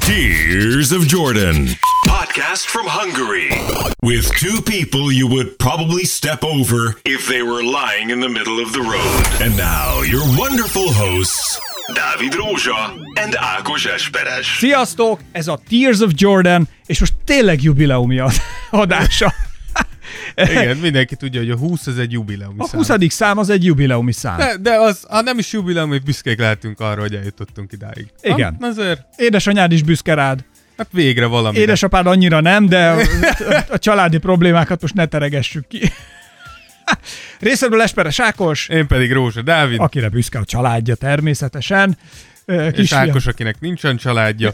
Tears of Jordan. Podcast from Hungary. With two people you would probably step over if they were lying in the middle of the road. And now your wonderful hosts, Dávid Rózsa and Ákos Esperes. Sziasztok! Ez a Tears of Jordan, és most tényleg jubileumi adása. Igen, mindenki tudja, hogy a 20 az egy jubileumi szám. A 20. szám az egy jubileumi szám. De az, ha nem is jubileumi, büszkék lehetünk arra, hogy eljutottunk idáig. Igen. Azért. Édesanyád is büszke rád. Hát végre valami. Édesapád annyira nem, de a családi problémákat most ne teregessük ki. Részemről Esperes Ákos. Én pedig Rózsa Dávid. Akire büszke a családja természetesen. És Ákos, akinek nincsen családja.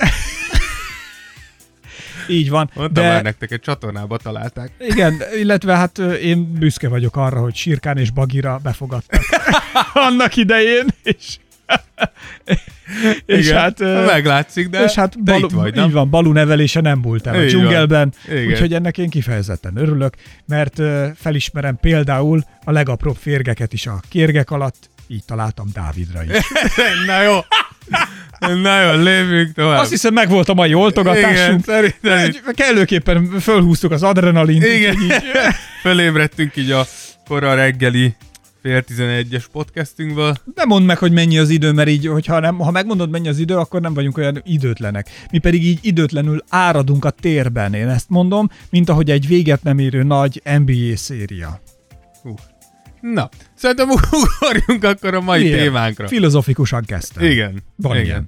Így van. Mondtam már nektek, egy csatornába találták. Igen, illetve hát én büszke vagyok arra, hogy Sirkán és Bagira befogadtak annak idején, és igen, hát meglátszik, de itt vagy, nem? Így van, Balú nevelése nem múlt el a dzsungelben, úgyhogy ennek én kifejezetten örülök, mert felismerem például a legapróbb férgeket is a kérgek alatt, így találtam Dávidra is. Na jó. Na jó, lépjünk tovább. Azt hiszem, megvolt a mai oltogatásunk. Igen, kellőképpen fölhúztuk az adrenalint. Igen, fölébredtünk így a kora reggeli 10:30-es podcastünkből. Nem mondd meg, hogy mennyi az idő, mert így, ha megmondod, mennyi az idő, akkor nem vagyunk olyan időtlenek. Mi pedig így időtlenül áradunk a térben, én ezt mondom, mint ahogy egy véget nem érő nagy NBA széria. Na, szerintem ugorjunk akkor a mai témánkra. Filozofikusan kezdtem. Igen. Van ilyen.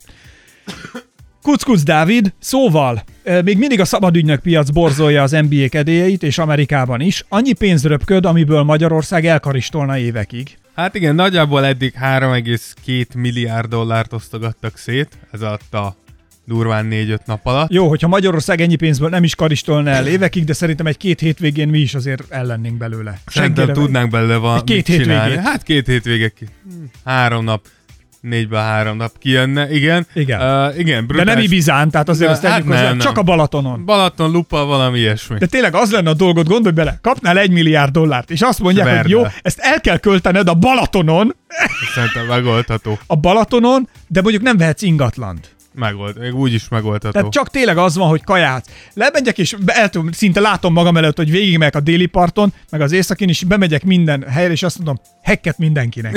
Kuckuc Dávid, szóval, még mindig a szabadügynök piac borzolja az NBA kedélyeit, és Amerikában is. Annyi pénz röpköd, amiből Magyarország elkaristolna évekig. Hát igen, nagyjából eddig 3,2 milliárd dollárt osztogattak szét, ez alatt a durván 4-5 nap alatt. Jó, hogyha Magyarország ennyi pénzből nem is karistolna el évekig, de szerintem egy-két hétvégén mi is azért ellennénk belőle. Szerintem tudnánk belőle két hétvégét. Hát 2 hétvége, 3 nap. 4-ből 3 nap kijönne, igen. Igen, de nem Ibizán, tehát azért azt tegyük hozzá, nem. Csak a Balatonon. Balaton, lupa, valami ilyesmi. De tényleg az lenne a dolgot, gondolj bele, kapnál 1 milliárd dollárt, és azt mondják, hogy jó, ezt el kell költened a Balatonon. Szerintem megoldható. A Balatonon, de mondjuk nem vehetsz ingatlant. Még úgy is megoldható. Tehát csak tényleg az van, hogy kajálsz. Lemegyek, és szinte látom magam előtt, hogy végigmegyek a déli parton, meg az északin, és bemegyek minden helyre, és azt mondom, hekket mindenkinek.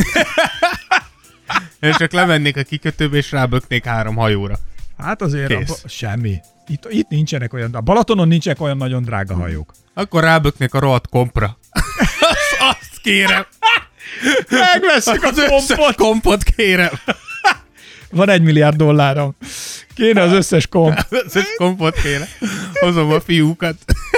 Én csak lemennék a kikötőbe, és ráböknék 3 hajóra. Hát azért semmi. Itt nincsenek olyan, a Balatonon nincsenek olyan nagyon drága hajók. Akkor ráböknék a rohadt kompra. Azt kérem. Megveszük az összes kompot, kérem. Van 1 milliárd dollárom. Kéne az összes komp. Az összes kompot kéne. Hozom a fiúkat.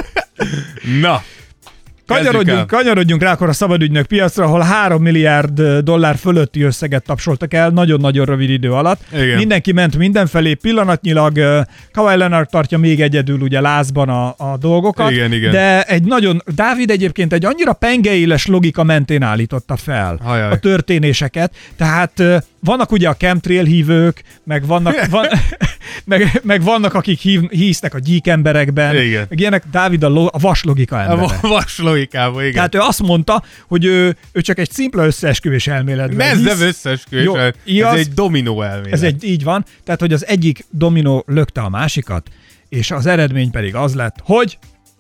Na. Kanyarodjunk rá akkor a szabadügynök piacra, ahol 3 milliárd dollár fölötti összeget tapsoltak el nagyon-nagyon rövid idő alatt. Igen. Mindenki ment mindenfelé, pillanatnyilag Kawhi Leonard tartja még egyedül ugye lázban a dolgokat, igen. De Dávid egyébként egy annyira pengeéles logika mentén állította fel a történéseket, tehát vannak ugye a chemtrail hívők, meg vannak akik hisznek a gyík emberekben, meg ilyenek, Dávid a vas logika embere. A vas logikában, igen. Tehát ő azt mondta, hogy ő csak egy szimpla összeesküvés elméletben hisz. Ez nem összeesküvés, ez egy dominó elmélet. Így van, tehát hogy az egyik dominó lökte a másikat, és az eredmény pedig az lett, hogy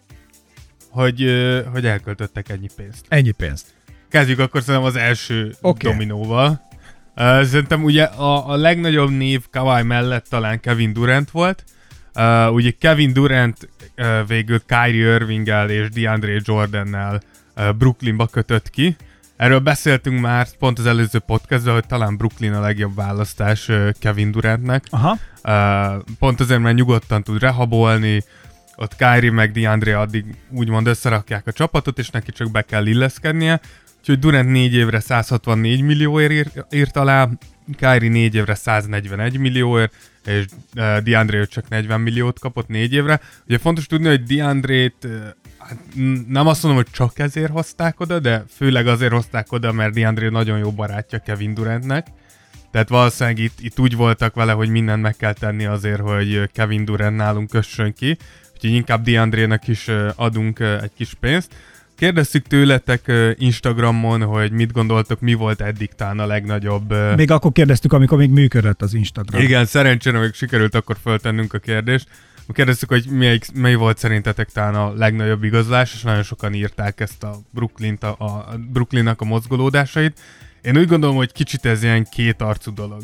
elköltöttek ennyi pénzt. Kezdjük akkor szerintem az első dominóval. Szerintem ugye a legnagyobb név Kawhi mellett talán Kevin Durant volt. Ugye Kevin Durant végül Kyrie Irvinggel és DeAndre Jordannel Brooklynba kötött ki. Erről beszéltünk már pont az előző podcastban, hogy talán Brooklyn a legjobb választás Kevin Durantnek. Aha. Pont azért, mert nyugodtan tud rehabolni, ott Kyrie meg DeAndre addig úgymond összerakják a csapatot, és neki csak be kell illeszkednie. Úgyhogy Durant 4 évre 164 millióért írt alá, Kyrie 4 évre 141 millióért, és DeAndre csak 40 milliót kapott 4 évre. Ugye fontos tudni, hogy DeAndre-t nem azt mondom, hogy csak ezért hozták oda, de főleg azért hozták oda, mert DeAndre nagyon jó barátja Kevin Durantnek. Tehát valószínűleg itt úgy voltak vele, hogy mindent meg kell tenni azért, hogy Kevin Durant nálunk kössön ki. Úgyhogy inkább DeAndre-nek is adunk egy kis pénzt. Kérdeztük tőletek Instagramon, hogy mit gondoltok, mi volt eddig talán a legnagyobb... Még akkor kérdeztük, amikor még működött az Instagram. Igen, szerencsére még sikerült akkor föltennünk a kérdést. Kérdeztük, hogy mely volt szerintetek talán a legnagyobb igazolás, és nagyon sokan írták ezt a Brooklynnak a mozgolódásait. Én úgy gondolom, hogy kicsit ez ilyen kétarcú dolog.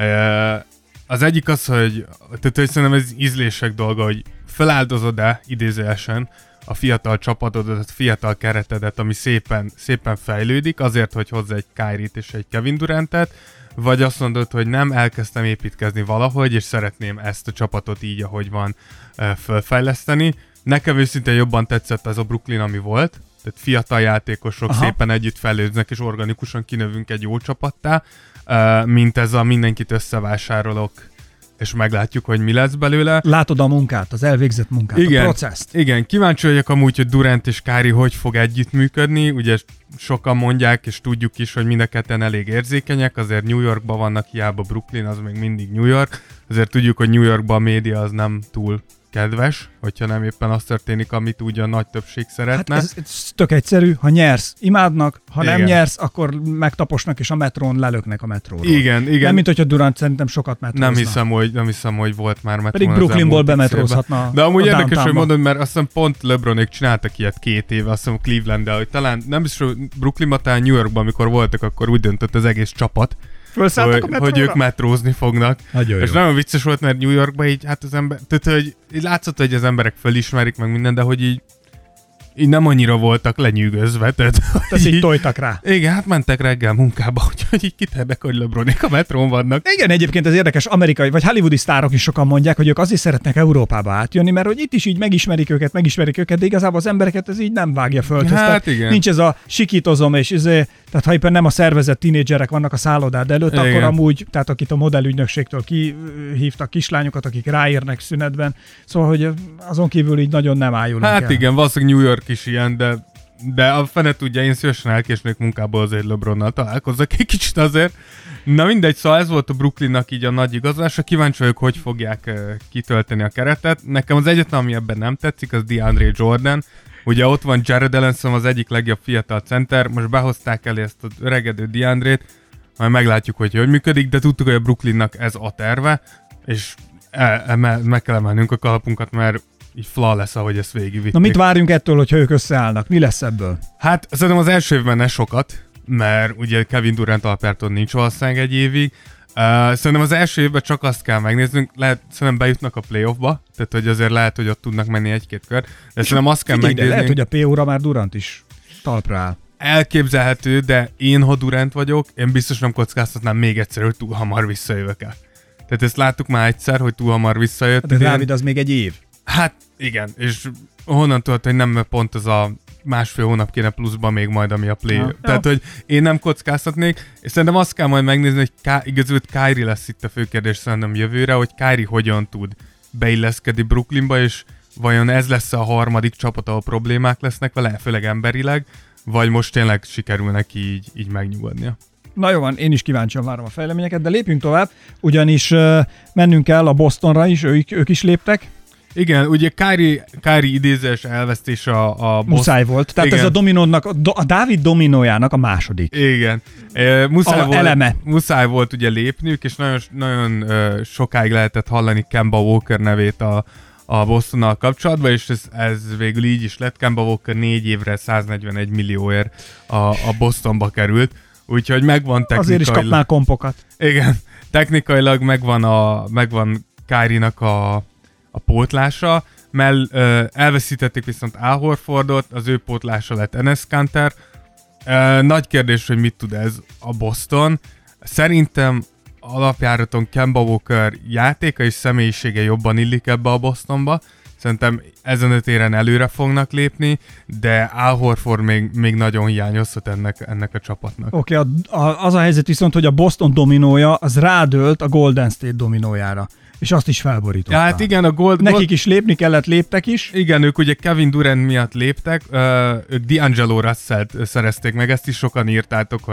Az egyik az, hogy szerintem ez ízlések dolga, hogy feláldozod-e idézőesen a fiatal csapatodat, a fiatal keretedet, ami szépen fejlődik, azért, hogy hozzá egy Kyrie-t és egy Kevin Durantet, vagy azt mondod, hogy nem, elkezdtem építkezni valahogy, és szeretném ezt a csapatot így, ahogy van, fölfejleszteni. Nekem őszintén jobban tetszett az a Brooklyn, ami volt, tehát fiatal játékosok szépen együtt fejlődnek, és organikusan kinövünk egy jó csapattá, mint ez a mindenkit összevásárolok, és meglátjuk, hogy mi lesz belőle. Látod a munkát, az elvégzett munkát, igen, a processzt. Igen, kíváncsi vagyok amúgy, hogy Durant és Kyrie hogy fog együttműködni. Ugye sokan mondják, és tudjuk is, hogy mind a ketten elég érzékenyek, azért New Yorkban vannak, hiába Brooklyn, az még mindig New York. Azért tudjuk, hogy New Yorkban a média az nem túl kedves, hogyha nem éppen az történik, amit úgy a nagy többség szeretne. Hát ez tök egyszerű, ha nyersz, imádnak, ha igen. nem nyersz, akkor megtaposnak, és a metrón lelöknek a metróról. Igen. Nem, mint hogyha Durant szerintem sokat metrózna. Nem hiszem, hogy volt már metrón. Pedig Brooklynból bemetrózhatna. De amúgy érdekes, hogy mondod, mert azt hiszem pont LeBronék csináltak ilyet 2 éve, azt hiszem Cleveland-del, hogy talán nem biztos, hogy Brooklynban, talán New Yorkban, amikor voltak, akkor úgy döntött az egész csapat, hogy ők metrózni fognak. Nagyon és jó. nagyon vicces volt, mert New Yorkban így, hát az ember, tehát hogy így látszott, hogy az emberek fölismerik meg minden, de hogy így nem annyira voltak lenyűgözve. Tehát így tojtak rá. Igen, hát mentek reggel munkába, úgyhogy így kiternek, hogy LeBronék a metrón vannak. Igen, egyébként az érdekes, amerikai vagy hollywoodi sztárok is sokan mondják, hogy ők azért szeretnek Európába átjönni, mert hogy itt is így megismerik őket, de igazából az embereket ez így nem vágja föl. Hát igen. Nincs ez a sikítozom, és tehát ha éppen nem a szervezett tínédzserek vannak a szállodád előtt, igen. Akkor amúgy, tehát akit a modellügynökségtől kihívtak kislányokat, akik ráérnek szünetben, szóval, hogy azon kívül így nagyon nem ájulunk hát el. Igen, valószínűleg New York is ilyen, de a fene tudja, én szívesen elkésnék munkából azért LeBronnal találkozzak egy kicsit azért. Na mindegy, szóval ez volt a Brooklynnak így a nagy igazolása. Kíváncsi vagyok, hogy fogják kitölteni a keretet. Nekem az egyetlen, ami ebben nem tetszik, az DeAndre Jordan. Ugye ott van Jared Allen, az egyik legjobb fiatal center, most behozták elé ezt az öregedő DeAndre-t, majd meglátjuk, hogy működik, de tudtuk, hogy a Brooklynnak ez a terve, és meg kell emelnünk a kalapunkat, mert így flawless, ahogy ezt végigvitték. Na mit várjunk ettől, hogyha ők összeállnak? Mi lesz ebből? Hát szerintem az első évben ne sokat, mert ugye Kevin Durant alapjártól nincs valószínűleg egy évig. Szerintem az első évben csak azt kell megnéznünk, szerintem bejutnak a playoffba, tehát hogy azért lehet, hogy ott tudnak menni 1-2 kör, de szerintem azt kell megnézni. Lehet, hogy a PO-ra már Durant is talpra áll. Elképzelhető, de én, ha Durant vagyok, én biztos nem kockáztatnám még egyszer, hogy túl hamar visszajövök el. Tehát ezt láttuk már egyszer, hogy túl hamar visszajött. De Dávid, az még egy év. Hát igen, és honnan tudod, hogy nem pont az a 1,5 hónap kéne pluszban még majd, ami a play. Tehát, hogy én nem kockáztatnék, és szerintem azt kell majd megnézni, hogy igazult Kyrie lesz itt a fő kérdés szerintem jövőre, hogy Kyrie hogyan tud beilleszkedni Brooklynba, és vajon ez lesz a harmadik csapat, ahol problémák lesznek vele, főleg emberileg, vagy most tényleg sikerül neki így megnyugodnia. Na jó van, én is kíváncsian várom a fejleményeket, de lépjünk tovább, ugyanis mennünk kell a Bostonra is, ők is léptek. Igen, ugye Kyrie idézés elvesztése a Boston. Muszáj volt. Tehát igen. Ez a dominónak, a Dávid dominójának a második. Igen. Muszáj volt ugye lépniük, és nagyon, nagyon sokáig lehetett hallani Kemba Walker nevét a Bostonnal kapcsolatban, és ez végül így is lett. Kemba Walker 4 évre 141 millióért a Bostonba került, úgyhogy megvan technikailag. Azért is kapnál kompokat. Igen, technikailag megvan Kyrie-nak a pótlása, elveszítették viszont Al Horfordot, az ő pótlása lett Enes Kanter. Nagy kérdés, hogy mit tud ez a Boston. Szerintem alapjáraton Kemba Walker játéka és személyisége jobban illik ebbe a Bostonba. Szerintem ezen a téren előre fognak lépni, de Al Horford még nagyon hiányozhat ennek a csapatnak. Oké, az a helyzet viszont, hogy a Boston dominója az rádölt a Golden State dominójára. És azt is felborították. Ja, hát igen, nekik is lépni kellett, léptek is. Igen, ők ugye Kevin Durant miatt léptek, ők D'Angelo Russell-t szerezték meg, ezt is sokan írtátok,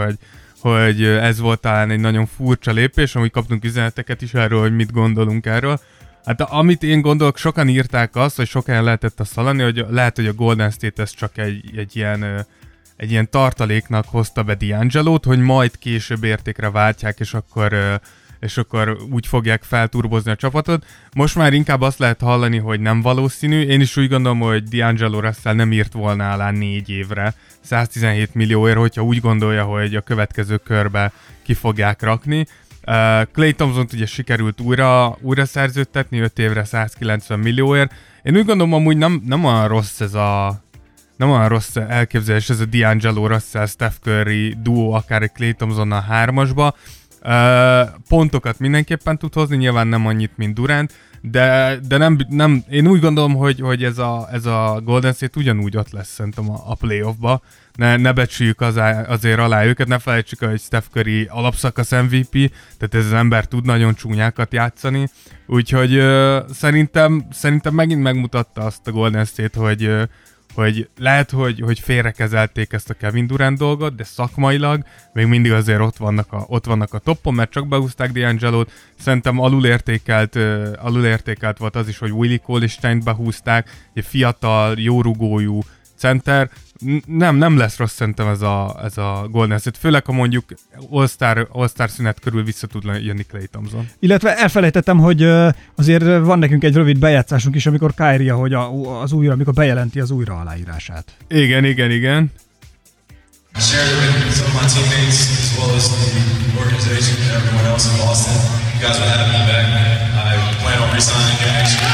hogy ez volt talán egy nagyon furcsa lépés, amúgy kaptunk üzeneteket is erről, hogy mit gondolunk erről. Hát amit én gondolok, sokan írták azt, vagy sokan lehetett azt hallani, hogy lehet, hogy a Golden State ez csak egy ilyen tartaléknak hozta be D'Angelót, hogy majd később értékre váltják, és akkor úgy fogják felturbozni a csapatot. Most már inkább azt lehet hallani, hogy nem valószínű. Én is úgy gondolom, hogy D'Angelo Russell nem írt volna alá 4 évre 117 millióért, hogyha úgy gondolja, hogy a következő körbe ki fogják rakni. Klay Thompsont ugye sikerült újra szerződtetni 5 évre 190 millióért. Én úgy gondolom, amúgy nem olyan rossz elképzelés ez a D'Angelo Russell Steph Curry duó, akár egy Klay Thompsonnal 3-asba. Pontokat mindenképpen tud hozni, nyilván nem annyit, mint Durant, de nem, én úgy gondolom, hogy ez a Golden State ugyanúgy ott lesz szerintem a playoffba. Ne becsüljük azért alá őket, ne felejtsük, hogy Steph Curry alapszakasz MVP, tehát ez az ember tud nagyon csúnyákat játszani, úgyhogy szerintem megint megmutatta azt a Golden State, hogy lehet, hogy félrekezelték ezt a Kevin Durant dolgot, de szakmailag még mindig azért ott vannak a toppon, mert csak behúzták D'Angelót. Szerintem alulértékelt volt az is, hogy Willie Cauley-Steint behúzták, egy fiatal, jó rugójú center. Nem lesz rossz szerintem ez a Golden State, főleg ha mondjuk All-Star szünet körül vissza tud jönni Klay Thompson. Illetve elfelejtettem, hogy azért van nekünk egy rövid bejátszásunk is, amikor Kyrie, hogy amikor bejelenti az újra aláírását. Igen. I shared it with some of my teammates as well as the organization and everyone else in Boston. You guys are having me back, man. I plan on resigning again next year.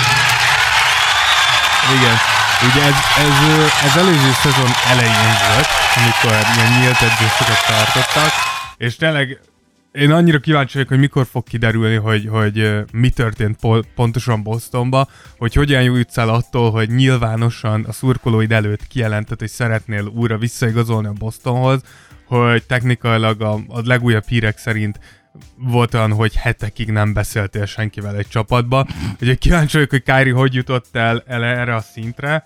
Igen. Ugye ez előző szezon elején volt, amikor ilyen nyílt edzéseket tartottak, és tényleg én annyira kíváncsi vagyok, hogy mikor fog kiderülni, hogy mi történt pontosan Bostonba, hogy hogyan jutsz el attól, hogy nyilvánosan a szurkolóid előtt kijelentett, hogy szeretnél újra visszaigazolni a Bostonhoz, hogy technikailag a legújabb hírek szerint volt olyan, hogy hetekig nem beszéltél senkivel egy csapatba. Ugye kíváncsi vagyok, hogy Kyrie hogy jutott el erre a szintre,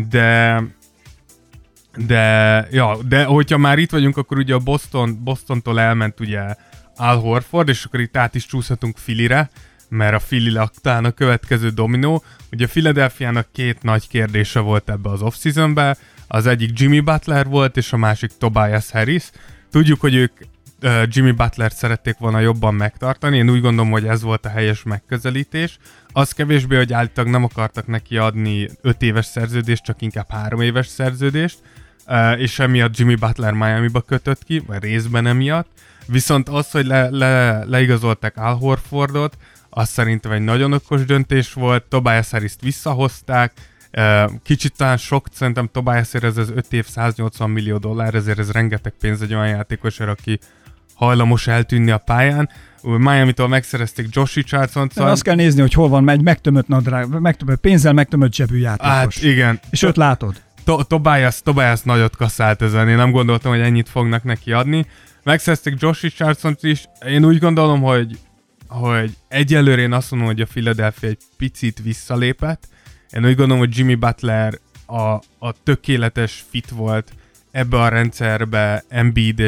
de hogyha már itt vagyunk, akkor ugye a Bostontól elment ugye Al Horford, és akkor itt át is csúszhatunk Phillyre, mert a Philly talán a következő dominó. Ugye Philadelphiának 2 nagy kérdése volt ebbe az off-seasonbe, az egyik Jimmy Butler volt, és a másik Tobias Harris. Tudjuk, hogy ők Jimmy Butlert szerették volna jobban megtartani, én úgy gondolom, hogy ez volt a helyes megközelítés. Az kevésbé, hogy állítólag nem akartak neki adni 5 éves szerződést, csak inkább 3 éves szerződést, és emiatt Jimmy Butler Miamiba kötött ki, vagy részben emiatt. Viszont az, hogy leigazolták Al Horfordot, az szerintem egy nagyon okos döntés volt, Tobias Harrist visszahozták, kicsit talán sok, szerintem Tobias Harris ez 5 év $180 millió, ezért ez rengeteg pénz egy olyan játékosra, aki hajlamos eltűnni a pályán. Miami-tól megszerezték Josh Richardson-t. Szóval azt kell nézni, hogy hol van egy megtömött nadrág, pénzzel megtömött zsebű játékos. Hát igen. És őt látod. Tobias nagyot kasszált ezen. Én nem gondoltam, hogy ennyit fognak neki adni. Megszerezték Josh Richardson-t is. Én úgy gondolom, hogy egyelőre én azt mondom, hogy a Philadelphia egy picit visszalépett. Én úgy gondolom, hogy Jimmy Butler a tökéletes fit volt ebbe a rendszerbe, Embiid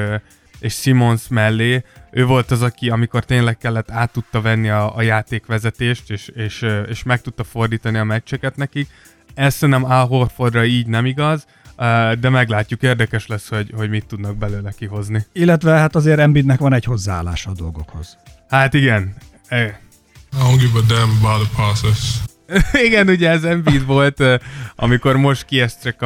és Simmons mellé. Ő volt az, aki amikor tényleg kellett, át tudta venni a játékvezetést, és meg tudta fordítani a meccseket nekik. Ez szerintem Al Horfordra így nem igaz, de meglátjuk, érdekes lesz, hogy mit tudnak belőle kihozni. Illetve hát azért Embiidnek van egy hozzáállása a dolgokhoz. Hát igen. I don't give a damn about the process. Igen, ugye ez Embiid volt, amikor most kiesztrek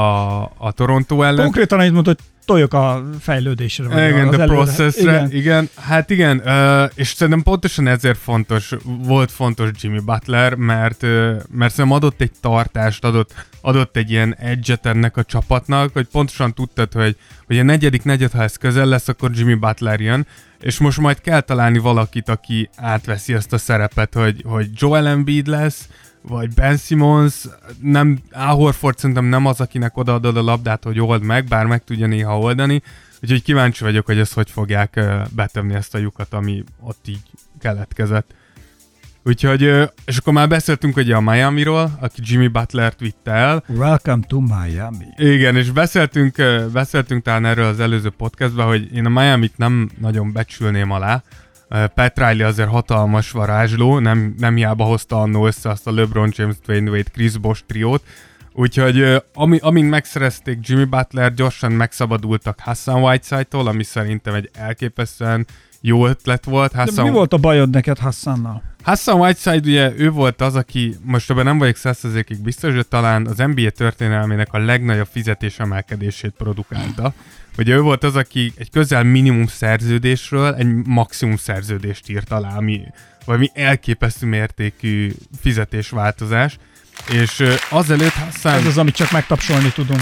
a Toronto ellen. Konkrétan így mondta, hogy tojok a fejlődésre. Igen, a processre. Igen. Hát igen, és szerintem pontosan ezért volt fontos Jimmy Butler, mert szerintem adott egy tartást, adott egy ilyen edge-et ennek a csapatnak, hogy pontosan tudtad, hogy a negyedik negyed, ha ez közel lesz, akkor Jimmy Butler jön, és most majd kell találni valakit, aki átveszi ezt a szerepet, hogy Joel Embiid lesz, vagy Ben Simmons, Al Horford szerintem nem az, akinek odaadod a labdát, hogy old meg, bár meg tudja néha oldani, úgyhogy kíváncsi vagyok, hogy ezt hogy fogják betömni ezt a lyukat, ami ott így keletkezett. Úgyhogy, és akkor már beszéltünk ugye a Miamiról, aki Jimmy Butlert vitte el. Welcome to Miami. Igen, és beszéltünk talán erről az előző podcastban, hogy én a Miamit nem nagyon becsülném alá. Pat Riley azért hatalmas varázsló, nem hiába hozta annó össze azt a LeBron James, Dwayne Wade, Chris Bosh triót. Úgyhogy amint megszerezték Jimmy Butler, gyorsan megszabadultak Hassan Whiteside-tól, ami szerintem egy elképesztően jó ötlet volt. De mi volt a bajod neked Hassannal? Hassan Whiteside ugye ő volt az, aki, most ebben nem vagyok 100%-ig biztos, de talán az NBA történelmének a legnagyobb fizetésemelkedését produkálta. Ugye ő volt az, aki egy közel minimum szerződésről egy maximum szerződést írt alá, ami valami elképesztő mértékű fizetésváltozás. És azelőtt Hassan... Ez az, amit csak megtapsolni tudunk.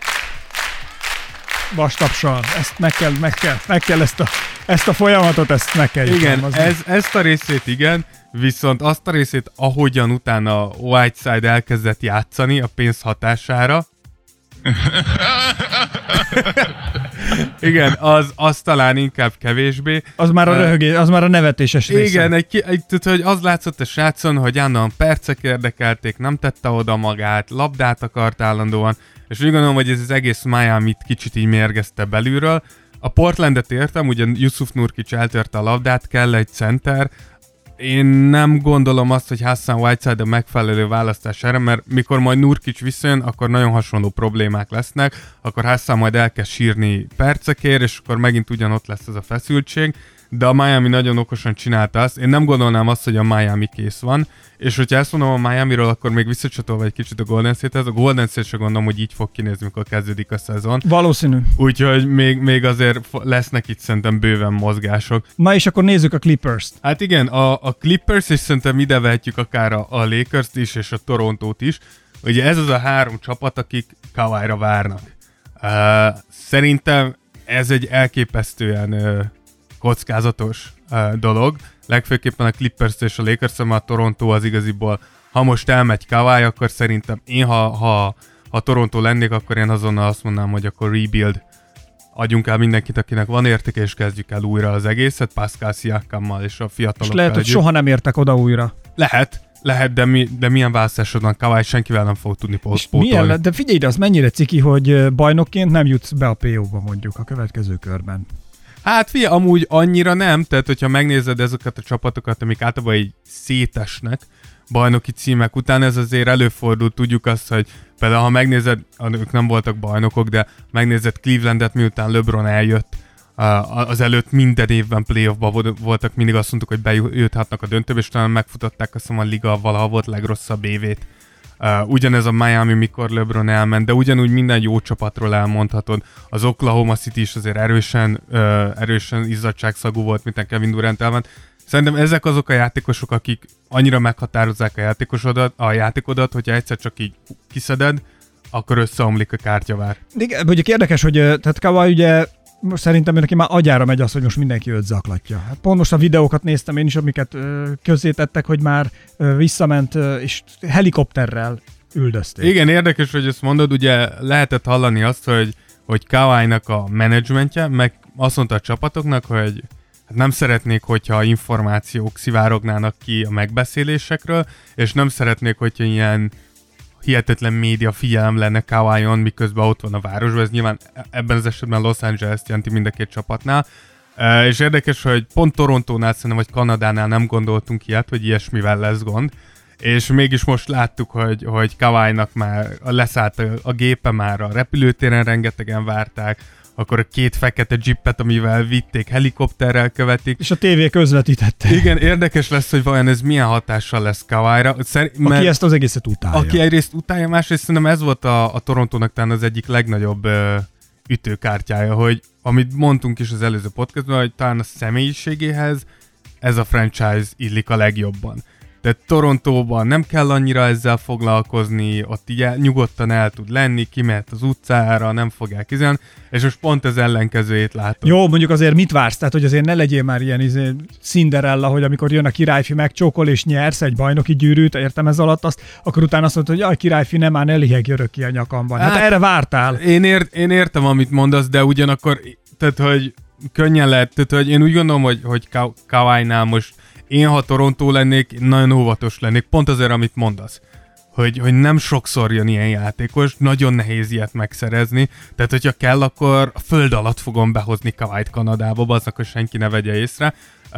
Vastapsal. Ezt meg kell ezt a folyamatot, ezt meg kell jutalmazni. Igen, ezt a részét igen, viszont azt a részét, ahogyan utána Whiteside elkezdett játszani a pénz hatására, igen, az talán inkább kevésbé. Az már a röhögés, az már a nevetéses része. Igen, hogy az látszott a srácon, hogy állandóan percek érdekelték, nem tette oda magát, labdát akart állandóan, és úgy gondolom, hogy ez az egész Miami-t kicsit így mérgezte belülről. A Portlandet értem, ugye Jusuf Nurkic eltörte a labdát, kell egy center. Én nem gondolom azt, hogy Hassan Whiteside a megfelelő választás erre, mert mikor majd Nurkic visszajön, akkor nagyon hasonló problémák lesznek, akkor Hassan majd elkezd sírni percekért, és akkor megint ugyanott lesz ez a feszültség, de a Miami nagyon okosan csinálta azt. Én nem gondolnám azt, hogy a Miami kész van, és hogyha ezt mondom a Miamiról, akkor még visszacsatolva egy kicsit a Golden State-hez. A Golden State se gondolom, hogy így fog kinézni, mikor kezdődik a szezon. Valószínű. Úgyhogy még azért lesznek itt szerintem bőven mozgások. Na és akkor nézzük a Clippers-t. Hát igen, a Clippers, és szerintem ide vehetjük akár a Lakers-t is, és a Torontót is. Ugye ez az a három csapat, akik Kawhira várnak. Szerintem ez egy elképesztően kockázatos dolog. Legfőképpen a Clippers és a Lakers, mert a Toronto az igaziból, ha most elmegy Kawhi, akkor szerintem én, ha Toronto lennék, akkor én azonnal azt mondanám, hogy akkor rebuild. Adjunk el mindenkit, akinek van értéke, és kezdjük el újra az egészet, Pascal Siakammal és a fiatalokkal. És lehet, hogy soha nem értek oda újra. Lehet, de milyen választásod van? Kawhi senkivel nem fog tudni pótolni. De figyelj ide, az mennyire ciki, hogy bajnokként nem jutsz be a PO-ba mondjuk a következő körben. Hát figyelj, amúgy annyira nem, tehát hogyha megnézed ezeket a csapatokat, amik általában így szétesnek bajnoki címek után, ez azért előfordul, tudjuk azt, hogy például ha megnézed, ők nem voltak bajnokok, de megnézed Clevelandet, miután LeBron eljött, az előtt minden évben playoffban voltak, mindig azt mondtuk, hogy bejuthatnak a döntőbe, és talán megfutották azt a liga valaha volt legrosszabb évét. Ugyanez a Miami, mikor LeBron elment, de ugyanúgy minden jó csapatról elmondhatod. Az Oklahoma City is azért erősen izzadságszagú volt, mint a Kevin Durant elment. Szerintem ezek azok a játékosok, akik annyira meghatározzák a játékodat, hogyha egyszer csak így kiszeded, akkor összeomlik a kártyavár. Mondjuk érdekes, hogy tehát Kawhi ugye most szerintem neki már agyára megy az, hogy most mindenki őt zaklatja. Hát pont most a videókat néztem én is, amiket közzétettek, hogy már visszament, és helikopterrel üldözték. Igen, érdekes, hogy ezt mondod, ugye lehetett hallani azt, hogy Kawhi-nak a menedzsmentje, meg azt mondta a csapatoknak, hogy nem szeretnék, hogyha információk szivárognának ki a megbeszélésekről, és nem szeretnék, hogyha ilyen hihetetlen média figyelem lenne Kawhi-on, miközben ott van a városban. Ez nyilván ebben az esetben Los Angeles-t jelenti mind a két csapatnál. És érdekes, hogy pont Torontónál szerintem, vagy Kanadánál nem gondoltunk ilyet, hogy ilyesmivel lesz gond. És mégis most láttuk, hogy Kawhi-nak már leszállt a gépe, már a repülőtéren rengetegen várták, akkor a két fekete jeepet, amivel vitték, helikopterrel követik. És a tévé közvetítette. Igen, érdekes lesz, hogy vajon ez milyen hatással lesz Kawhi-ra. Aki ezt az egészet utálja. Aki egyrészt utálja, másrészt szerintem ez volt a Torontónak talán az egyik legnagyobb ütőkártyája, hogy amit mondtunk is az előző podcastban, hogy talán a személyiségéhez ez a franchise illik a legjobban. De Torontóban nem kell annyira ezzel foglalkozni, ott így nyugodtan el tud lenni, kimehet az utcára, nem fogják kizelni, és most pont az ellenkezőjét látom. Jó, mondjuk azért mit vársz? Tehát, hogy azért ne legyél már ilyen Cinderella, hogy amikor jön a királyfi, megcsókol és nyersz egy bajnoki gyűrűt, értem ez alatt azt, akkor utána azt mondod, hogy jaj, királyfi, nem már ne lihegj ki a nyakamban. Hát erre vártál. Én értem, amit mondasz, de ugyanakkor, tehát, hogy könnyen lehet, tehát, hogy én úgy gondolom, hogy Kawhi-nál most én, ha Toronto lennék, nagyon óvatos lennék, pont azért, amit mondasz. hogy nem sokszor jön ilyen játékos, nagyon nehéz ilyet megszerezni, tehát hogyha kell, akkor a föld alatt fogom behozni Kawait Kanadába, aznak, hogy senki ne vegye észre.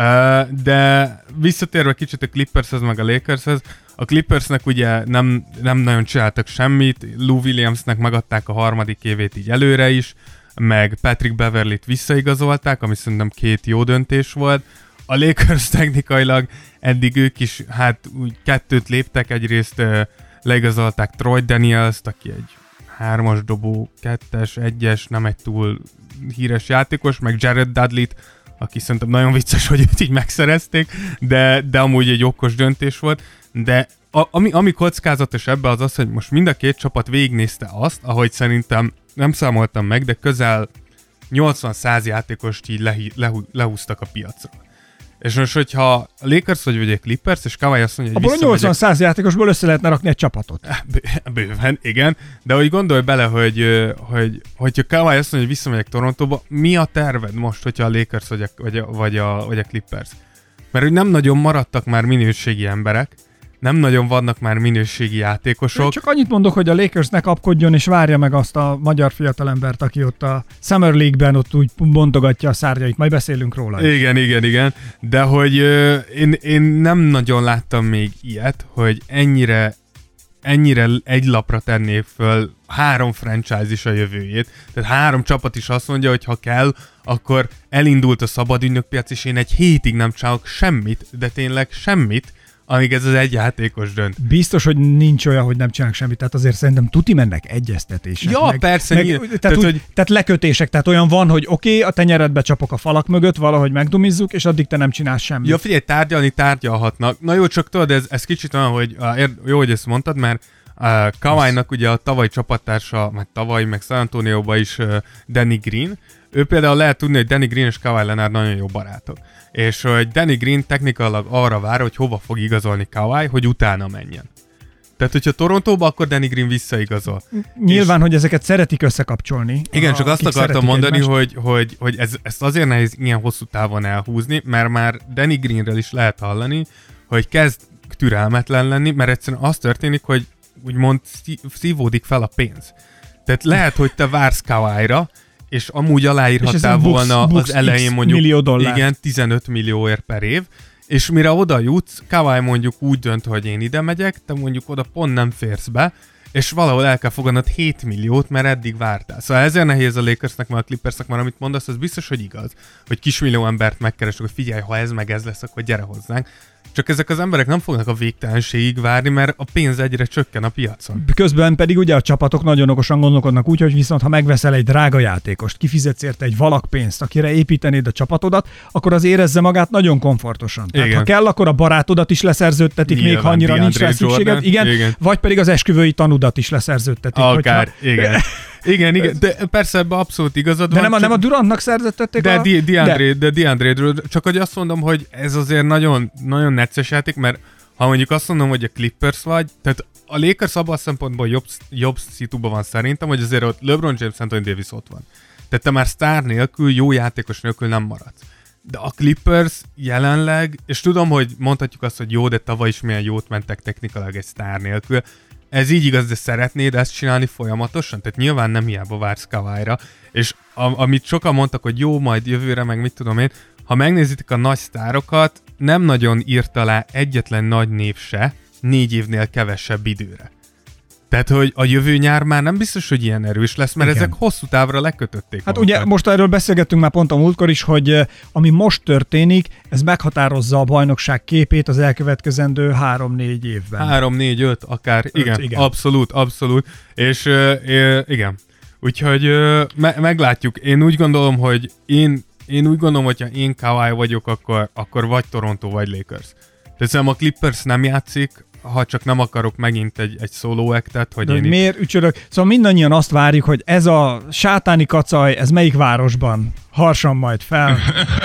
De visszatérve kicsit a Clippershez meg a Lakershez, a Clippersnek ugye nem nagyon csináltak semmit, Lou Williamsnek megadták a 3. évét így előre is, meg Patrick Beverlyt visszaigazolták, ami szerintem 2 jó döntés volt. A Lakers technikailag eddig ők is hát úgy 2 léptek, egyrészt leigazolták Troy Daniels-t, aki egy 3-as dobó, 2-es, 1-es, nem egy túl híres játékos, meg Jared Dudley-t, aki szerintem nagyon vicces, hogy őt így megszerezték, de amúgy egy okos döntés volt, de ami kockázatos ebbe az, hogy most mind a 2 csapat végignézte azt, ahogy szerintem nem számoltam meg, de közel 80-100 játékost így lehúztak a piacra. És most, hogyha a Lakers vagy a Clippers, és Kawhi azt mondja, hogy abból a 80-100 játékosból össze lehetne rakni egy csapatot. Bőven, igen. De hogy gondolj bele, hogyha Kawhi azt mondja, hogy visszamegyek Torontóba, mi a terved most, hogyha a Lakers vagy a Clippers? Mert hogy nem nagyon maradtak már minőségi emberek, nem nagyon vannak már minőségi játékosok. Csak annyit mondok, hogy a Lakers ne kapkodjon, és várja meg azt a magyar fiatalembert, aki ott a Summer League-ben ott úgy bontogatja a szárnyait, majd beszélünk róla is. Igen. De hogy én nem nagyon láttam még ilyet, hogy ennyire egy lapra tennék föl 3 franchise is a jövőjét. Tehát 3 csapat is azt mondja, hogy ha kell, akkor elindult a szabadügynökpiac, és én egy hétig nem csinálok semmit, de tényleg semmit, amíg ez az egy játékos dönt. Biztos, hogy nincs olyan, hogy nem csinálnak semmit, tehát azért szerintem tuti mennek egyeztetések. Ja, persze. Tehát lekötések, tehát olyan van, hogy oké, a tenyeredbe csapok a falak mögött, valahogy megdumizzuk, és addig te nem csinálsz semmit. Ja, figyelj, tárgyalhatnak. Na jó, csak tudod, ez kicsit olyan, hogy jó, hogy ezt mondtad, mert Kawhi-nak ugye a tavalyi csapattársa, meg San Antonioban is Danny Green. Ő például lehet tudni, hogy Danny Green és Kawhi Leonard nagyon jó barátok. És hogy Danny Green technikailag arra vár, hogy hova fog igazolni Kawhi, hogy utána menjen. Tehát, hogyha Torontóba, akkor Danny Green visszaigazol. Nyilván, hogy ezeket szeretik összekapcsolni. Igen, csak azt akartam mondani, hogy ezt azért nehéz ilyen hosszú távon elhúzni, mert már Danny Greenről is lehet hallani, hogy kezd türelmetlen lenni, mert egyszerűen az történik, hogy úgymond szívódik fel a pénz. Tehát lehet, hogy te vársz Kawhi-ra, és amúgy aláírhattál volna az elején mondjuk 15 millióért per év, és mire oda jutsz, Kawhi mondjuk úgy dönt, hogy én ide megyek, te mondjuk oda pont nem férsz be, és valahol el kell fogadnod 7 milliót, mert eddig vártál. Szóval ezért nehéz a Lakersnek, meg a Clippersnek, mert amit mondasz, az biztos, hogy igaz, hogy kismillió embert megkeresek, hogy figyelj, ha ez meg ez lesz, akkor gyere hozzánk. Csak ezek az emberek nem fognak a végtelenségig várni, mert a pénz egyre csökken a piacon. Közben pedig ugye a csapatok nagyon okosan gondolkodnak úgy, hogy viszont ha megveszel egy drága játékost, kifizetsz érte egy valakpénzt, akire építenéd a csapatodat, akkor az érezze magát nagyon komfortosan. Tehát ha kell, akkor a barátodat is leszerződtetik, nyilván, még ha annyira nincs rá szükséged. Igen. Vagy pedig az esküvői tanudat is leszerződtetik. Akár, hogyha... Igen, de persze ebben abszolút igazad van. De nem a Durantnak szerződtették De DeAndre-ről, csak hogy azt mondom, hogy ez azért nagyon, nagyon necces játék, mert ha mondjuk azt mondom, hogy a Clippers vagy, tehát a Lakers abban a szempontból jobb szituban van szerintem, hogy azért ott LeBron James, Anthony Davis ott van. Tehát te már sztár nélkül, jó játékos nélkül nem maradsz. De a Clippers jelenleg, és tudom, hogy mondhatjuk azt, hogy jó, de tavaly is milyen jót mentek technikailag egy sztár nélkül. Ez így igaz, de szeretnéd ezt csinálni folyamatosan? Tehát nyilván nem hiába vársz Kawhi-ra. És amit sokan mondtak, hogy jó, majd jövőre, meg mit tudom én, ha megnézitek a nagy sztárokat, nem nagyon írt alá egyetlen nagy név se 4 évnél kevesebb időre. Tehát, hogy a jövő nyár már nem biztos, hogy ilyen erős lesz, mert ezek hosszú távra lekötötték. Hát ugye most erről beszélgettünk már pont a múltkor is, hogy ami most történik, ez meghatározza a bajnokság képét az elkövetkezendő 3-4 évben. 3-4-5 akár, igen. Abszolút. És igen. Úgyhogy meglátjuk. Én úgy gondolom, hogy hogyha én Kawhi vagyok, akkor vagy Toronto, vagy Lakers. Tehát a Clippers nem játszik, ha csak nem akarok megint egy solo actet, hogy de én miért ücsörök? Szóval mindannyian azt várjuk, hogy ez a sátáni kacaj, ez melyik városban harsan majd fel?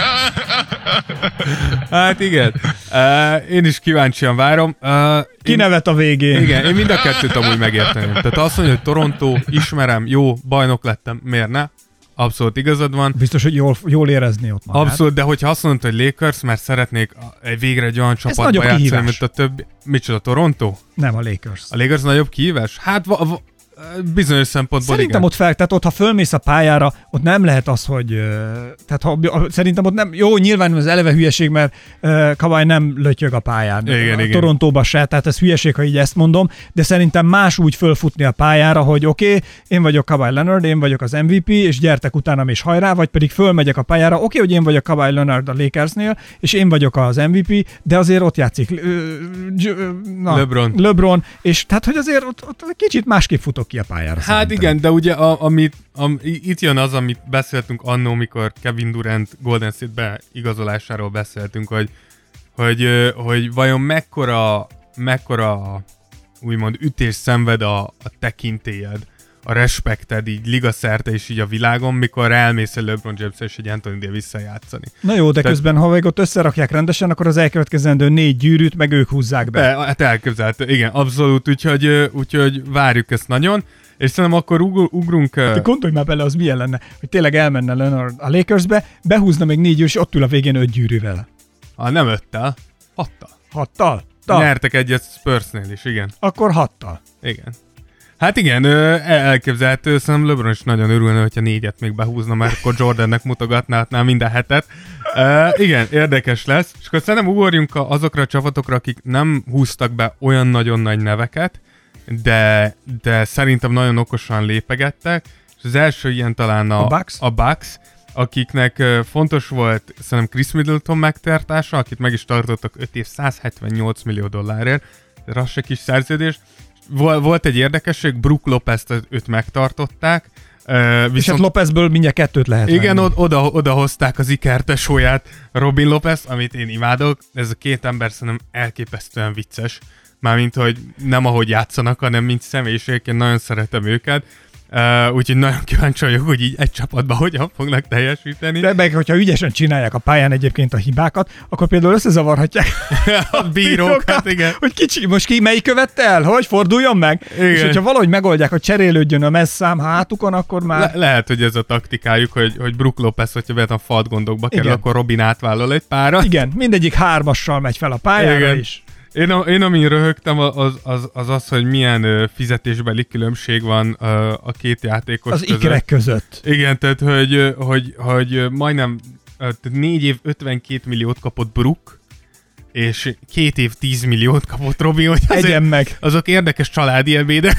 Hát igen. Én is kíváncsian várom. Ki nevet a végén? Igen, én mind a kettőt amúgy megérteném. Tehát azt mondja, hogy Toronto, ismerem, jó, bajnok lettem, miért ne? abszolút igazad van. Biztos, hogy jól érezni ott magát. Abszolút, de hogyha azt mondod, hogy Lakers, mert szeretnék végre egy olyan csapatba játszani, mint a többi... Micsoda, Toronto? Nem, a Lakers. A Lakers nagyobb kihívás? Hát bizonyos szempontból szerintem igen. tehát ott, ha fölmész a pályára, ott nem lehet az, hogy... Tehát szerintem ott nem... Jó, nyilván az eleve hülyeség, mert Kawhi nem lötyög a pályán. Igen. Torontóba se, tehát ez hülyeség, ha így ezt mondom, de szerintem más úgy fölfutni a pályára, hogy oké, én vagyok Kawhi Leonard, én vagyok az MVP, és gyertek utánam és hajrá, vagy pedig fölmegyek a pályára, oké, hogy én vagyok Kawhi Leonard a Lakersnél, és én vagyok az MVP, de azért ott játszik LeBron, és tehát, hogy azért ott kicsit másképp futok ki a pályára. Hát szerintem. igen, de ugye itt jön az, amit beszéltünk annó, mikor Kevin Durant Golden State beigazolásáról beszéltünk, hogy vajon mekkora úgymond ütés szenved a tekintélyed, a respekted így liga szerte és így a világon, mikor elmész egy LeBron James és egy Anthony Davis-szel játszani. Na jó, de közben, ha még ott összerakják rendesen, akkor az elkövetkezendő 4 gyűrűt meg ők húzzák be. Hát elképzelhető, igen, abszolút, úgyhogy várjuk ezt nagyon, és szerintem akkor ugrunk... Te gondolj már bele, az milyen lenne, hogy tényleg elmenne Leonard a Lakersbe, behúzna még 4 gyűrű, és ott ül a végén 5 gyűrűvel. Nem 5-tel, 6-tal. 6-tal? Nyertek egyet Spursnél is, igen. Akkor 6-tal. Igen. Hát igen, elképzelhető, szerintem LeBron is nagyon örülne, hogyha 4-et még behúzna, mert akkor Jordannek mutogatná minden hetet. Igen, érdekes lesz. És akkor szerintem ugorjunk azokra a csapatokra, akik nem húztak be olyan nagyon nagy neveket, de szerintem nagyon okosan lépegettek. És az első ilyen talán a Bucks, akiknek fontos volt szerintem Chris Middleton megtartása, akit meg is tartottak 5 év $178 millió, de az se kis szerződés. Volt egy érdekesség, Brook Lopez-t őt megtartották. És hát Lopezből mindjárt 2 lehet igen, venni. oda hozták az ikertesóját, Robin Lopez, amit én imádok. Ez a 2 ember szerintem elképesztően vicces. Mármint, hogy nem ahogy játszanak, hanem mint személyiségként nagyon szeretem őket. Úgyhogy nagyon kíváncsi vagyok, hogy így egy csapatban hogyan fognak teljesíteni. De meg, hogyha ügyesen csinálják a pályán egyébként a hibákat, akkor például összezavarhatják a bírókat, igen. Hogy most melyik követte el? Hogy forduljon meg? Igen. És hogyha valahogy megoldják, hogy cserélődjön a messzám hátukon, akkor már... Lehet, hogy ez a taktikájuk, hogy Brook Lopez, hogyha véletlen falt gondokba kerül, akkor Robin átvállal egy párat. Igen, mindegyik 3-assal megy fel a pályára is. Én amin röhögtem, az, hogy milyen fizetésbeli különbség van a 2 játékos az között. Az ikrek között. Igen, tehát hogy majdnem 4 év 52 milliót kapott Brook, és 2 év 10 milliót kapott Robin, hogy egyen meg. Azok érdekes családi ebédek.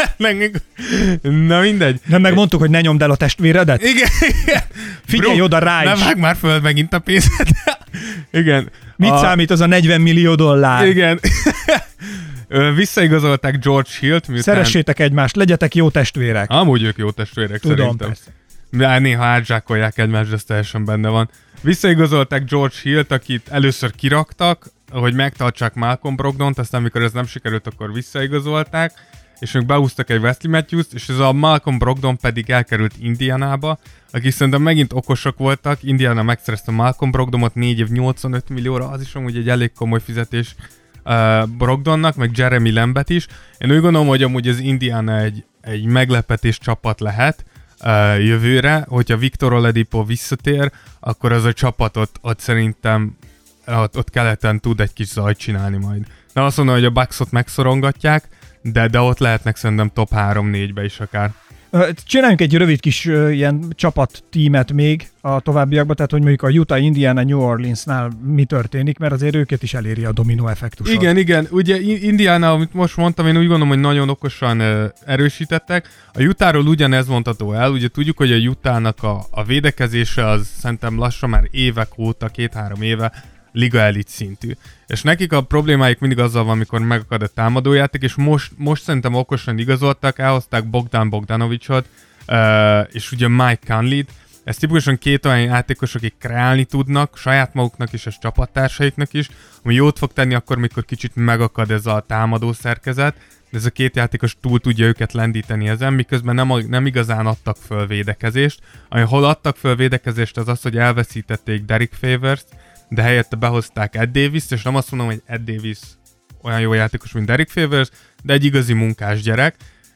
Na mindegy. Nem megmondtuk, hogy ne nyomd el a testvéredet? Igen. Figyelj oda rá is. Nem vág már föl megint a pénzed. Igen. Mit számít az a $40 millió? Igen. Visszaigazolták George Hill-t. Szeressétek egymást, legyetek jó testvérek. Amúgy ők jó testvérek. Tudom, szerintem. Persze. Néha átzsákolják egymást, de ez teljesen benne van. Visszaigazolták George Hill-t, akit először kiraktak, hogy megtartsák Malcolm Brogdont, aztán amikor ez nem sikerült, akkor visszaigazolták, és ők behúztak egy Wesley Matthews-t, és ez a Malcolm Brogdon pedig elkerült Indianába, akik szerintem megint okosak voltak. Indiana megszerezte Malcolm Brogdonot 4 év 85 millióra, az is amúgy egy elég komoly fizetés Brogdonnak, meg Jeremy Lambet is. Én úgy gondolom, hogy amúgy az Indiana egy meglepetés csapat lehet jövőre, hogyha Victor Oladipo visszatér, akkor az a csapatot ott szerintem ott keleten tud egy kis zajt csinálni majd. Nem azt mondom, hogy a Bucksot megszorongatják, de ott lehetnek szerintem top 3-4-be is akár. Csináljunk egy rövid kis ilyen csapattímet még a továbbiakban, tehát hogy mondjuk a Utah, Indiana, New Orleansnál mi történik, mert azért őket is eléri a dominó effektus. Igen. Ugye Indiana, amit most mondtam, én úgy gondolom, hogy nagyon okosan erősítettek. A Utahról ugyanez mondható el, ugye tudjuk, hogy a Utahnak a védekezése az szerintem lassan már évek óta, 2-3 éve liga elit szintű. És nekik a problémáik mindig azzal van, amikor megakad a támadójáték, és most szerintem okosan igazoltak, elhozták Bogdan Bogdanovicsot, és ugye Mike Conley-t. Ez tipikusan 2 olyan játékos, akik kreálni tudnak, saját maguknak is, és csapattársaiknak is, ami jót fog tenni akkor, mikor kicsit megakad ez a támadó szerkezet, de ez a 2 játékos túl tudja őket lendíteni ezen, miközben nem igazán adtak föl védekezést. Ami hol adtak föl védekezést, az az, hogy elveszítették Derek Favors-t, de helyette behozták Ed Davis-t, és nem azt mondom, hogy Ed Davis olyan jó játékos, mint Derek Favors, de egy igazi munkás gyerek,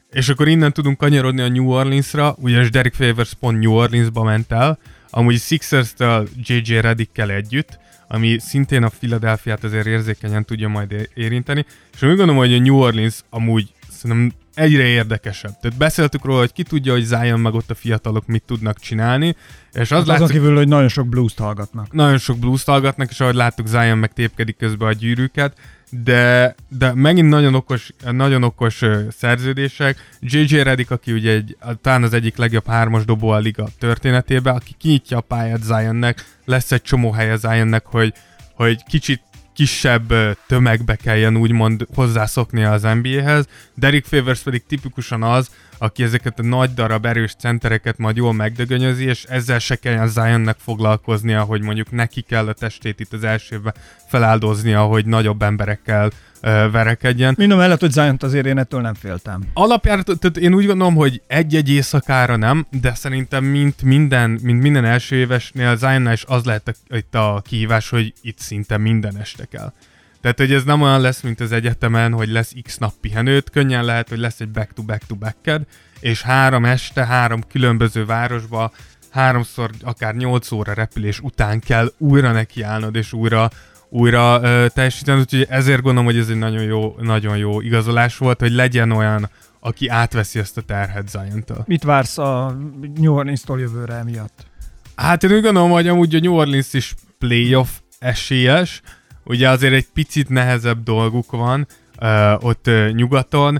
És akkor innen tudunk kanyarodni a New Orleansra, ugyanis Derek Favors pont New Orleansba ment el, amúgy Sixers-től J.J. Redickkel együtt, ami szintén a Philadelphiát azért érzékenyen tudja majd érinteni, és úgy gondolom, hogy a New Orleans amúgy szerintem egyre érdekesebb. Tehát beszéltük róla, hogy ki tudja, hogy Zion meg ott a fiatalok mit tudnak csinálni, és az azon kívül, hogy nagyon sok blues-t hallgatnak. Nagyon sok blues-t hallgatnak, és ahogy láttuk, Zion meg tépkedik közben a gyűrűket, de megint nagyon okos szerződések. J.J. Redick, aki ugye talán az egyik legjobb 3-as dobó a liga történetében, aki kinyitja a pályát Zionnek, lesz egy csomó helye Zionnek, hogy kicsit kisebb tömegbe kelljen úgymond hozzászoknia az NBA-hez. Derek Favors pedig tipikusan az, aki ezeket a nagy darab erős centereket majd jól megdögönyözi, és ezzel se kelljen Zionnek foglalkoznia, hogy mondjuk neki kell a testét itt az első évben feláldoznia, hogy nagyobb emberekkel verekedjen. Mindom mellett, hogy Ziont azért én ettől nem féltem. Alapjára, tehát én úgy gondolom, hogy egy-egy éjszakára nem, de szerintem mint minden első évesnél Zionnál is az lehet itt a kihívás, hogy itt szinte minden este kell. Tehát, hogy ez nem olyan lesz, mint az egyetemen, hogy lesz x nap pihenőt, könnyen lehet, hogy lesz egy back-to-back-to-back-ed, és 3 este, 3 különböző városba, 3-szor, akár 8 óra repülés után kell újra nekiállnod, és újra teljesítened, úgyhogy ezért gondolom, hogy ez egy nagyon jó igazolás volt, hogy legyen olyan, aki átveszi ezt a terhet Ziontől. Mit vársz a New Orleans-tól jövőre emiatt? Hát én úgy gondolom, hogy amúgy a New Orleans is playoff esélyes, ugye azért egy picit nehezebb dolguk van ott nyugaton,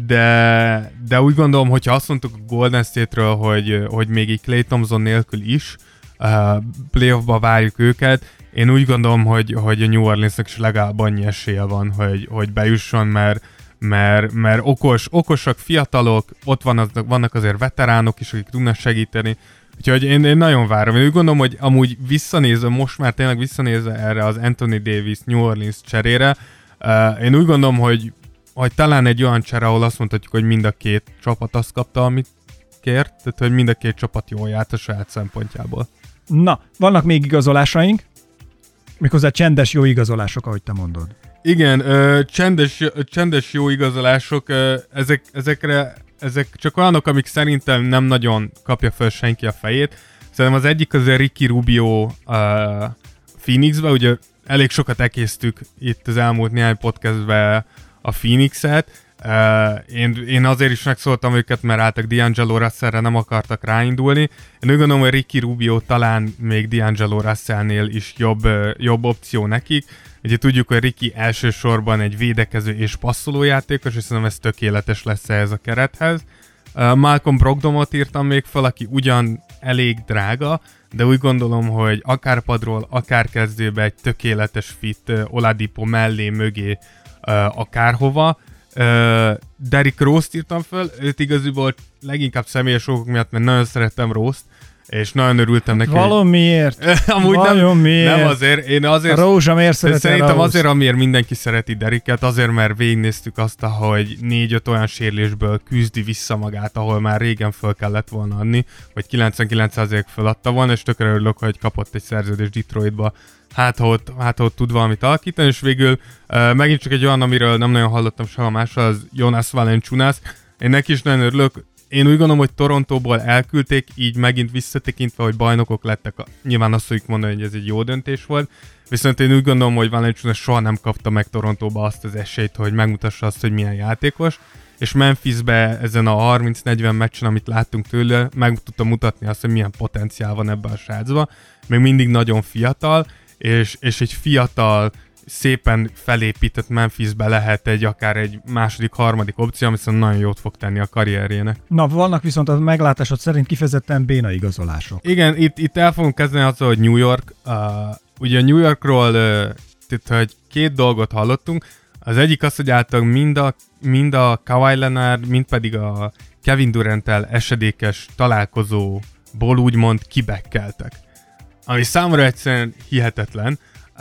de úgy gondolom, hogyha azt mondtuk a Golden State-ről, hogy még így Klay Thompson nélkül is playoffba várjuk őket, én úgy gondolom, hogy a New Orleansnak is legalább annyi esélye van, hogy bejusson, mert okosak, fiatalok, ott vannak azért veteránok is, akik tudnak segíteni, úgyhogy én nagyon várom. Én úgy gondolom, hogy amúgy most már tényleg visszanézve erre az Anthony Davis New Orleans cserére, én úgy gondolom, hogy talán egy olyan csere, ahol azt mondhatjuk, hogy mind a két csapat azt kapta, amit kért, tehát hogy mind a két csapat jól járt a saját szempontjából. Na, vannak még igazolásaink, méghozzá csendes jó igazolások, ahogy te mondod. Igen, csendes jó igazolások, ezek csak olyanok, amik szerintem nem nagyon kapja fel senki a fejét. Szerintem az egyik az a Ricky Rubio Phoenixbe, ugye elég sokat ekésztük itt az elmúlt néhány podcastben a Phoenixet. Én azért is megszóltam őket, mert álltak D'Angelo Russellre, nem akartak ráindulni. Én úgy gondolom, hogy Ricky Rubio talán még D'Angelo Russellnél is jobb opció nekik. Ugye tudjuk, hogy Ricky elsősorban egy védekező és passzoló játékos, és szerintem ez tökéletes lesz ehhez a kerethez. Malcolm Brogdomot írtam még fel, aki ugyan elég drága, de úgy gondolom, hogy akár padról, akár kezdőbe egy tökéletes fit Oladipo mellé, mögé, akárhova. Derrick Rose-t írtam fel, őt igazából leginkább személyes okok miatt, mert nagyon szerettem Rose-t, és nagyon örültem neki. Valamiért. Amúgy nem azért. Én azért. A Rózsa miért szereti szerintem Rose? azért, amiért mindenki szereti Derricket, azért, mert végignéztük azt, hogy 4-5 olyan sérülésből küzdi vissza magát, ahol már régen föl kellett volna adni, vagy 99% föladta volna, és tökre örülök, hogy kapott egy szerződést Detroitba. Hát ott tud valamit alakítani, és végül megint csak egy olyan, amiről nem nagyon hallottam soha másról, az Jonas Valanciunas. Én neki is nagyon örülök. Én úgy gondolom, hogy Torontóból elküldték, így megint visszatekintve, hogy bajnokok lettek. Nyilván azt fogjuk mondani, hogy ez egy jó döntés volt. Viszont én úgy gondolom, hogy Valanciunas soha nem kapta meg Torontóba azt az esélyt, hogy megmutassa azt, hogy milyen játékos. És Memphisbe ezen a 30-40 meccsen, amit láttunk tőle, meg tudta mutatni azt, hogy milyen potenciál van ebben a srácban. Még mindig nagyon fiatal, és egy fiatal, szépen felépített Memphisbe lehet akár egy második, harmadik opció, ami szerintem nagyon jót fog tenni a karrierjének. Na, vannak viszont a meglátásod szerint kifejezetten béna igazolások. Igen, itt el fogunk kezdeni azzal, hogy New York. Ugye a New Yorkról hogy 2 dolgot hallottunk. Az egyik az, hogy általában mind a Kawhi Leonard, mind pedig a Kevin Durant-tel esedékes találkozóból úgymond kibekkeltek. Ami számomra egyszerűen hihetetlen.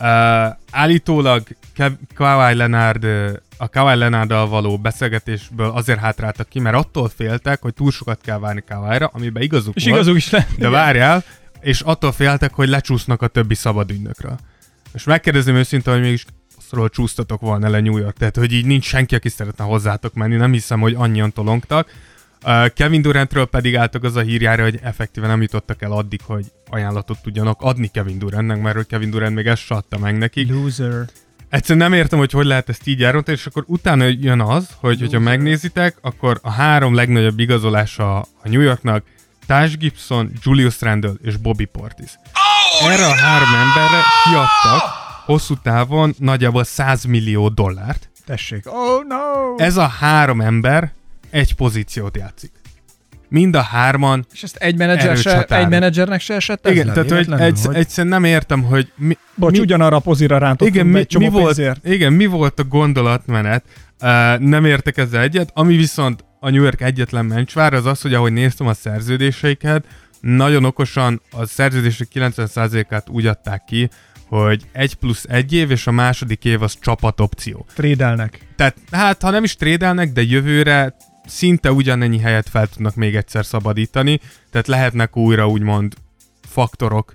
Állítólag Kawhi Leonard, a Kawhi Leonarddal való beszélgetésből azért hátráltak ki, mert attól féltek, hogy túl sokat kell várni Kawhira, amiben igazuk és volt. Igazuk is lett. De várjál, és attól féltek, hogy lecsúsznak a többi szabad ügynökről. És megkérdezem őszintén, hogy mégis Pacról csúsztatok volna le New York. Tehát, hogy így nincs senki, aki szeretne hozzátok menni. Nem hiszem, hogy annyian tolongtak. Kevin Durantről pedig álltak az a hírjára, hogy effektíven nem jutottak el addig, hogy ajánlatot tudjanak adni Kevin Durantnek, mert Kevin Durant még ezt se adta meg nekik. Loser. Egyszerűen nem értem, hogy lehet ezt így elrontani, és akkor utána jön az, hogy hogyha megnézitek, akkor a 3 legnagyobb igazolása a New Yorknak Taj Gibson, Julius Randle és Bobby Portis. Erre a 3 emberre kiadtak hosszú távon nagyjából $100 millió. Tessék. Oh no! Ez a 3 ember egy pozíciót játszik. Mind a 3-an És ezt egy menedzsernek se esett? Igen, tehát hogy egyszerűen nem értem, hogy ugyanarra a pozira rántottunk be egy csomó pénzért. Igen, mi volt a gondolatmenet? Nem értek ezzel egyet. Ami viszont a New York egyetlen mencsvár, az az, hogy ahogy néztem a szerződéseiket, nagyon okosan a szerződések 90%-át úgy adták ki, hogy 1+1 év, és a második év az csapatopció. Trédelnek. Tehát hát, ha nem is trédelnek, de jövőre szinte ugyanennyi helyet fel tudnak még egyszer szabadítani, tehát lehetnek újra úgymond faktorok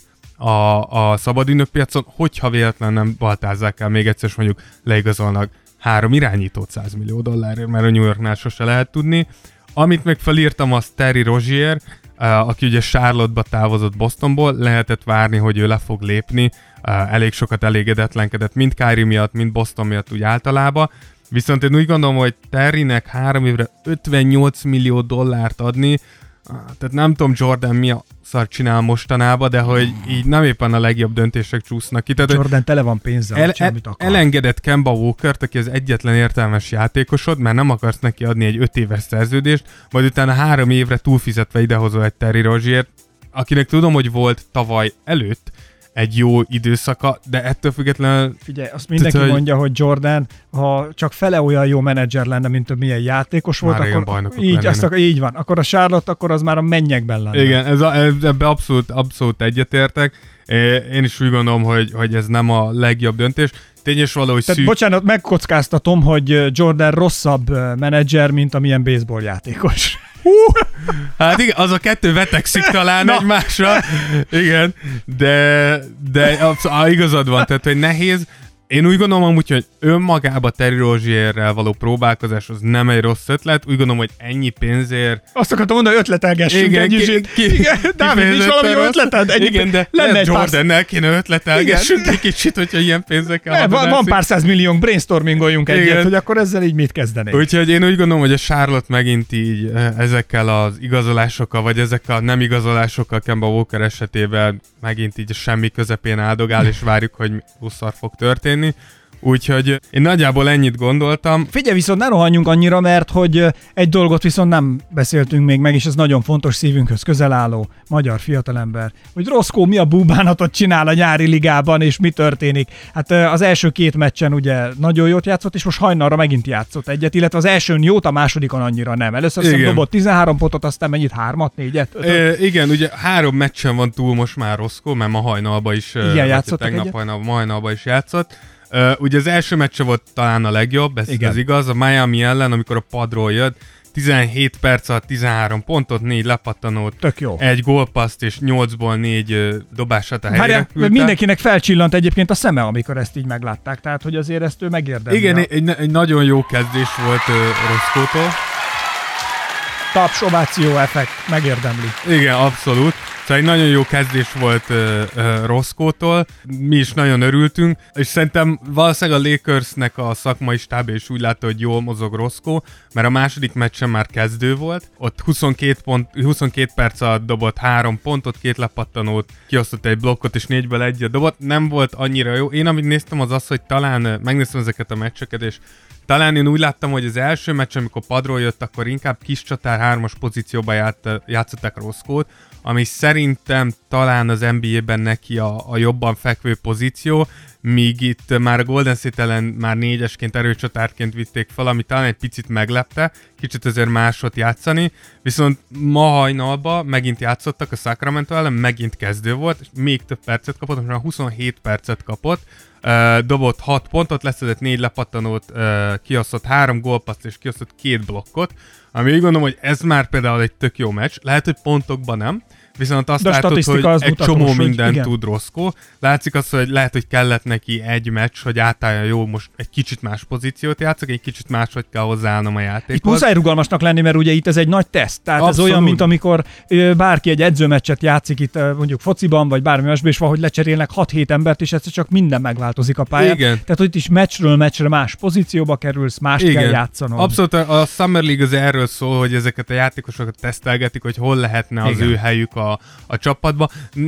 a szabadügynökpiacon, hogyha véletlenül nem baltázzák el még egyszer, és mondjuk leigazolnak 3 irányítót $100 millió, mert a New Yorknál sose lehet tudni. Amit még felírtam, az Terry Rozier, aki ugye Charlotte-ba távozott Bostonból, lehetett várni, hogy ő le fog lépni, elég sokat elégedetlenkedett, mind Kyrie miatt, mind Boston miatt úgy általában. Viszont én úgy gondolom, hogy Terrynek 3 évre $58 millió adni, tehát nem tudom Jordan mi a szar csinál mostanában, de hogy így nem éppen a legjobb döntések csúsznak ki. Tehát, Jordan tele van pénzzel, amit akar. Elengedett Kemba Walkert, aki az egyetlen értelmes játékosod, mert nem akarsz neki adni egy 5 éves szerződést, majd utána 3 évre túlfizetve idehozol egy Terry Roziert, akinek tudom, hogy volt tavaly előtt egy jó időszaka, de ettől függetlenül... Figyelj, azt mindenki mondja, hogy Jordan, ha csak fele olyan jó menedzser lenne, mint milyen játékos volt, akkor így van. Akkor a Charlotte, akkor az már a mennyekben lenne. Igen, ebbe abszolút egyetértek. Én is úgy gondolom, hogy ez nem a legjobb döntés. Tényes valahogy bocsánat, megkockáztatom, hogy Jordan rosszabb menedzser, mint amilyen baseball játékos. Hát igen, az a 2 vetekszik talán egymásra, igen, de igazad van, tehát hogy nehéz. Én úgy gondolom amúgy, hogy önmagában Terry Rozierrel való próbálkozás az nem egy rossz ötlet, úgy gondolom, hogy ennyi pénzért... Azt akartam mondani, hogy ötletelgessünk egy Dávid, is valami ötleted? Igen, de lenne Jordannel kéne ötletelgessünk egy kicsit, hogyha ilyen pénzekkel van pár $100 brainstormingoljunk egyet, hogy akkor ezzel így mit kezdenénk. Úgyhogy én úgy gondolom, hogy a Charlotte megint így ezekkel az igazolásokkal, vagy ezekkel a nem igazolásokkal Kemba Walker esetében megint így semmi közepén áldogál, és várjuk, hogy rosszar fog történni. Úgyhogy én nagyjából ennyit gondoltam. Figyelj, viszont ne rohanjunk annyira, mert hogy egy dolgot viszont nem beszéltünk még meg, és ez nagyon fontos, szívünkhöz közel álló magyar fiatalember, hogy Roscoe mi a búbánatot csinál a nyári ligában, és mi történik. Hát az első 2 meccsen ugye nagyon jót játszott, és most hajnalra megint játszott egyet, illetve az elsőn jót, a másodikon annyira nem. Először azt dobott 13 pontot, aztán mennyit 3-at, 4-et? Igen, ugye 3 meccsen van túl most már Roscoe, mert ma hajnalba is, tegnap hajnalba is játszott. Ugye az első meccse volt talán a legjobb, ez igaz, a Miami ellen, amikor a padról jött, 17 perc alatt 13 pontot, 4 lepattanót, 1 gólpasszt és 8-ból 4 dobását a helyre küldte. Mindenkinek felcsillant egyébként a szeme, amikor ezt így meglátták, tehát hogy azért ezt ő megérdemli. Igen, egy nagyon jó kezdés volt Roscoe-tól. Taps, ováció effekt, megérdemli. Igen, abszolút. Szóval egy nagyon jó kezdés volt Roscoe-tól, mi is nagyon örültünk, és szerintem valószínűleg a Lakersnek a szakmai stábja is úgy látta, hogy jól mozog Roscoe, mert a második meccsen már kezdő volt, ott 22 perc alatt dobott 3 pontot, 2 lepattanót, kiosztott egy blokkot, és 4-ből 1 dobott, nem volt annyira jó. Én amit néztem az, hogy talán megnéztem ezeket a meccseket, és talán én úgy láttam, hogy az első meccs, amikor padról jött, akkor inkább kis csatár 3-as pozícióban játszották Roscoe-t, ami szerintem talán az NBA-ben neki a jobban fekvő pozíció, míg itt már a Golden State ellen már 4-esként, erőcsatárként vitték fel, ami talán egy picit meglepte, kicsit azért másot játszani, viszont ma hajnalban megint játszottak a Sacramento ellen, megint kezdő volt, és még több percet kapott, most már 27 percet kapott, dobott 6 pontot, leszedett 4 lepattanót, kiosztott 3 gólpasszt és kiosztott 2 blokkot, ami úgy gondolom, hogy ez már például egy tök jó meccs, lehet, hogy pontokban nem, viszont azt De a látod, hogy statisztika az egy mutatós, csomó hogy mindent igen. tud Roscoe. Látszik azt, hogy lehet, hogy kellett neki egy meccs, hogy átállja, jó, most egy kicsit más pozíciót játszok, egy kicsit máshogy kell hozzáállnom a Itt játékhoz. muszáj rugalmasnak lenni, mert ugye itt ez egy nagy teszt. Tehát Abszolút. ez olyan, mint amikor bárki egy edzőmeccset játszik itt mondjuk fociban, vagy bármi másban, és van, hogy lecserélnek 6-7 embert, és egyszer csak minden megváltozik a pályán. Igen. Tehát hogy itt is meccsről meccsre más pozícióba kerülsz, mást kell játszanod. Abszolút a Summer League az erről szól, hogy ezeket a játékosokat tesztelgetik, hogy hol lehetne az Igen. ő helyük a csapatba.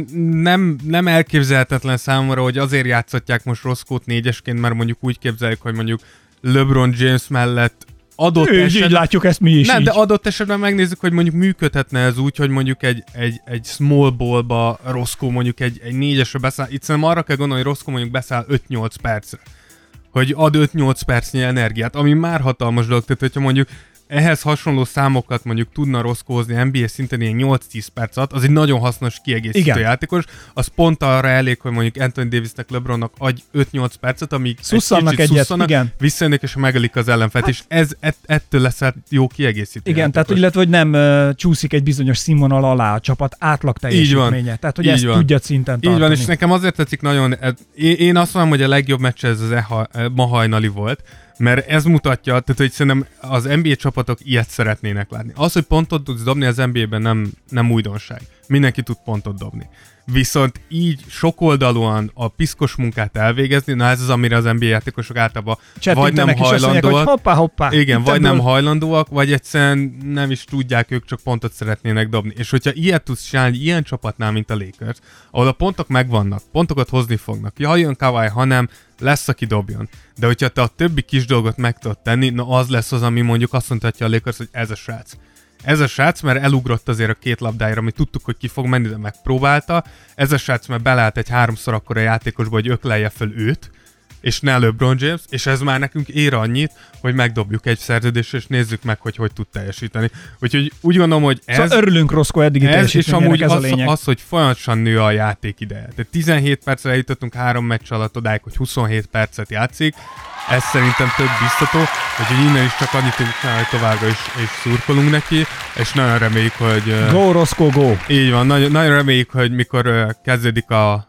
Nem elképzelhetetlen számomra, hogy azért játszatják most Roscoe-t 4-esként, mert mondjuk úgy képzeljük, hogy mondjuk LeBron James mellett adott Így látjuk ezt mi is. nem, így. de adott esetben megnézzük, hogy mondjuk működhetne ez úgy, hogy mondjuk egy small ballba Roscoe mondjuk egy 4-esre beszáll. Itt szerintem arra kell gondolni, hogy Roscoe mondjuk beszáll 5-8 percre. Hogy ad 5-8 percnyi energiát, ami már hatalmas dolog. Tehát, hogyha mondjuk ehhez hasonló számokat mondjuk tudna Roscoe hozni NBA szinten ilyen 8-10 perc alatt, az egy nagyon hasznos kiegészítő Igen. játékos. Az pont arra elég, hogy mondjuk Anthony Davisnek, LeBronnak adj 5-8 percet, amíg Szusszannak egy kicsit egyet, szusszanak, igen. visszajönnek és megölik az ellenfelt, és ez ettől lesz jó kiegészítő Igen, játékos. tehát illetve, hogy nem csúszik egy bizonyos színvonal alá a csapat átlag teljesítménye. Tehát, hogy Így ezt van. tudja szinten tartani. Így van, és nekem azért tetszik nagyon, én azt mondom, hogy a legjobb meccs ez az ma hajnali volt, mert ez mutatja, tehát hogy szerintem az NBA csapatok ilyet szeretnének látni. Az, hogy pontot tudsz dobni az NBA-ben nem újdonság. Mindenki tud pontot dobni. Viszont így sokoldalúan a piszkos munkát elvégezni, na ez az, amire az NBA játékosok általában vagy nem Csettintenek, és azt mondják, hogy hajlandóak, hoppá. igen, Itt vagy nem ebből- hajlandóak, vagy egyszerűen nem is tudják, ők csak pontot szeretnének dobni. És hogyha ilyet tudsz csinálni ilyen csapatnál, mint a Lakers, ahol a pontok megvannak, pontokat hozni fognak, ja, jön Kawhi, hanem lesz, aki dobjon. De hogyha te a többi kis dolgot meg tudod tenni, na az lesz az, ami mondjuk azt mondhatja a Lakers, hogy ez a srác. Ez a srác, mert elugrott azért a két labdáira, ami tudtuk, hogy ki fog menni, de megpróbálta. Ez a srác, mert belállt egy 3-szor akkora játékosba, hogy öklelje fel őt, és ne LeBron James, és ez már nekünk ér annyit, hogy megdobjuk egy szerződésre, és nézzük meg, hogy tud teljesíteni. Úgyhogy úgy gondolom, hogy ez... Szóval örülünk Roscoe eddigi Ez, és teljesítményének, amúgy ez a lényeg. az, hogy folyamatosan nő a játék ideje. Tehát 17 percre eljutottunk 3 meccs alatt odáig, hogy 27 percet játszik. Ez szerintem több biztató, úgyhogy innen is csak annyit tudjuk csinálni, hogy továbbra is szurkolunk neki, és nagyon reméljük, hogy... Go, Roscoe, go! Így van, nagyon reméljük, hogy mikor kezdődik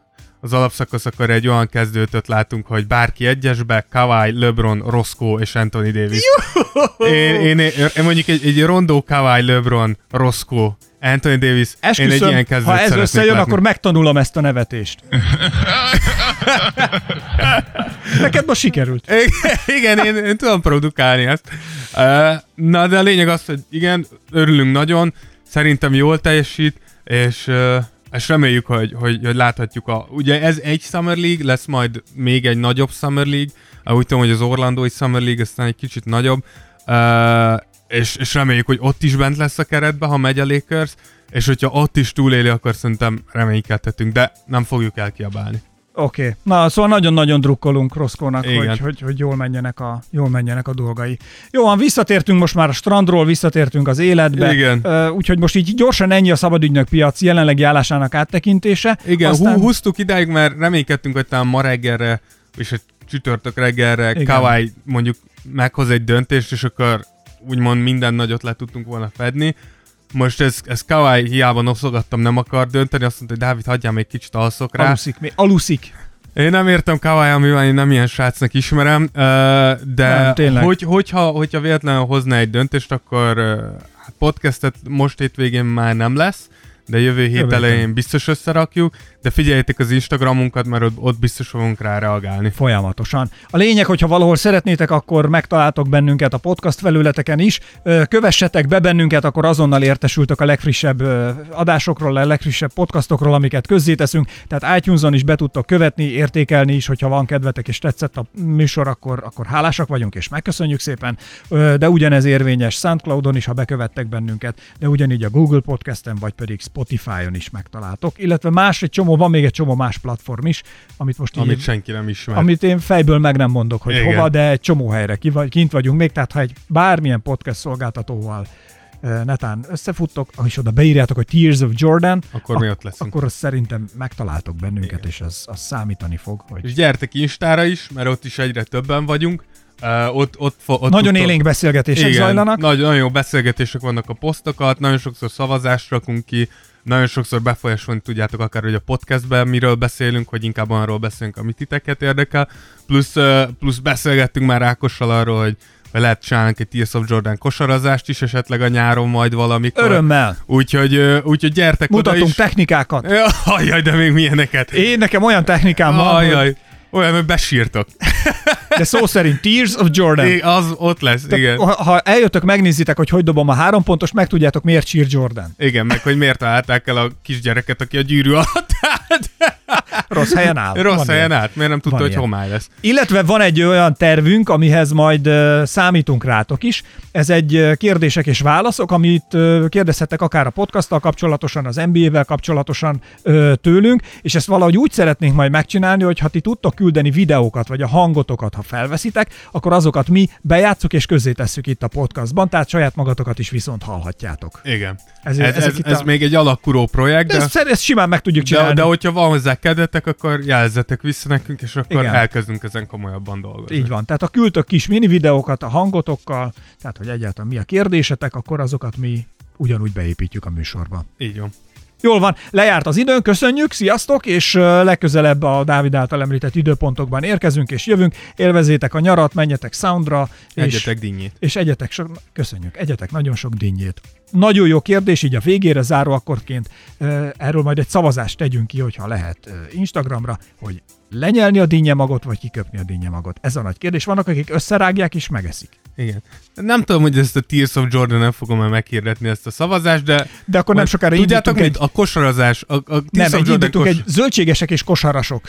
az alapszakasz, akkor egy olyan kezdőtöt látunk, hogy bárki egyesbe, Kawhi, LeBron, Roscoe és Anthony Davis. Én mondjuk egy rondó Kawhi, LeBron, Roscoe, Anthony Davis, én egy Esküszöm, ilyen kezdőt ha ez szeretnék összejön, látni. akkor megtanulom ezt a nevetést. Neked most sikerült. Igen, én tudom produkálni ezt. Na, de a lényeg az, hogy igen, örülünk nagyon, szerintem jól teljesít, és reméljük, hogy láthatjuk ugye ez egy Summer League, lesz majd még egy nagyobb Summer League, úgy tudom, hogy az Orlandói Summer League aztán egy kicsit nagyobb, és reméljük, hogy ott is bent lesz a keretbe, ha megy a Lakers, és hogyha ott is túléli, akkor szerintem reménykedhetünk, de nem fogjuk elkiabálni. Oké. Na, szóval nagyon-nagyon drukkolunk Roscoe-nak, Igen. hogy jól menjenek a dolgai. Jó, van, visszatértünk most már a strandról, visszatértünk az életbe. Igen. Úgyhogy most így gyorsan ennyi a szabadügynök piac jelenlegi állásának áttekintése. Igen, Aztán... húztuk idáig, mert reménykedtünk, hogy talán ma reggelre, és a csütörtök reggelre Igen. Kawhi mondjuk meghoz egy döntést, és akkor úgymond minden nagyot le tudtunk volna fedni. Most ez Kawhi hiába noszogattam, nem akar dönteni, azt mondta, hogy Dávid, hagyjál még kicsit alszok rá. Aluszik. Én nem értem Kawhi, amivel én nem ilyen srácnak ismerem, de nem, hogyha véletlenül hozna egy döntést, akkor podcastet most hétvégén már nem lesz, de jövő hét elején biztos összerakjuk, de figyeljétek az Instagramunkat, mert ott biztos fogunk rá reagálni. Folyamatosan. A lényeg, hogyha valahol szeretnétek, akkor megtaláltok bennünket a podcast felületeken is. Kövessetek be bennünket, akkor azonnal értesültök a legfrissebb adásokról, a legfrissebb podcastokról, amiket közzéteszünk. Tehát iTunes-on is be tudtok követni, értékelni is, hogyha van kedvetek és tetszett a műsor, akkor hálásak vagyunk és megköszönjük szépen. De ugyanez érvényes SoundCloudon is, ha bekövettek bennünket, de ugyanígy a Google Podcasten, vagy pedig Spotify-on is megtaláltok. Illetve van még egy csomó más platform is, amit senki nem ismer. Amit én fejből meg nem mondok, hogy igen. hova, de egy csomó helyre kint vagyunk még, tehát ha egy bármilyen podcast szolgáltatóval netán összefuttok, és oda beírjátok, hogy Tears of Jordan, akkor mi ott leszünk. Akkor azt szerintem megtaláltok bennünket, igen. És az számítani fog. Hogy... És gyertek Instára is, mert ott is egyre többen vagyunk. Ott nagyon élénk beszélgetések zajlanak. Nagyon jó beszélgetések vannak a posztokat, nagyon sokszor szavazást rakunk ki, nagyon sokszor befolyásolni tudjátok akár, hogy a podcastben miről beszélünk, hogy inkább arról beszélünk, ami titeket érdekel. Plusz beszélgettünk már Ákossal arról, hogy lehet csinálnunk egy Tears of Jordan kosarazást is, esetleg a nyáron majd valamikor. Örömmel. Úgyhogy gyertek oda is. Mutatunk technikákat. Ajjaj, de még milyeneket. Én nekem olyan technikám van, Ajjaj. Olyan, hogy besírtok. de szó szerint Tears of Jordan. Az ott lesz, igen. Ha eljöttök, megnézitek, hogy dobom a 3 pontos, meg tudjátok, miért sír Jordan. Igen, meg hogy miért találták el a kisgyereket, aki a gyűrű alatt állt. Rossz helyen áll. Rossz helyen állt, miért nem tudta, Van hogy ilyen. homály lesz. Illetve van egy olyan tervünk, amihez majd számítunk rátok is. Ez egy kérdések és válaszok, amit kérdezhettek akár a podcasttal kapcsolatosan, az NBA-vel kapcsolatosan tőlünk, és ezt valahogy úgy szeretnénk majd megcsinálni, hogy ha ti tudtok küldeni videókat, vagy a hangotokat, ha felveszitek, akkor azokat mi bejátszuk és közzétesszük itt a podcastban, tehát saját magatokat is viszont hallhatjátok. Igen. Ez még egy alakuló projekt, de... Ezt simán meg tudjuk csinálni. De hogyha van hozzá kedvetek, akkor jelezzetek vissza nekünk, és akkor Igen. elkezdünk ezen komolyabban dolgozni. Így van. Tehát ha küldtök kis mini videókat a hangotokkal, tehát hogy egyáltalán mi a kérdésetek, akkor azokat mi ugyanúgy beépítjük a műsorba. Így van. Jól van, lejárt az időn, köszönjük, sziasztok, és legközelebb a Dávid által említett időpontokban érkezünk és jövünk. Élvezétek a nyarat, menjetek soundra. Egyetek dinnyét. És köszönjük, egyetek nagyon sok dinnyét. Nagyon jó kérdés, így a végére záró akkordként erről majd egy szavazást tegyünk ki, hogyha lehet Instagramra, hogy lenyelni a dinnyemagot, vagy kiköpni a dinnyemagot. Ez a nagy kérdés. Vannak, akik összerágják és megeszik. Igen. Nem tudom, hogy ezt a Tears of Jordan nem fogom el meghirdetni ezt a szavazást, de akkor nem sokára tudjátok indítunk a kosarazás, a Tears of Jordan egy zöldségesek és kosarasok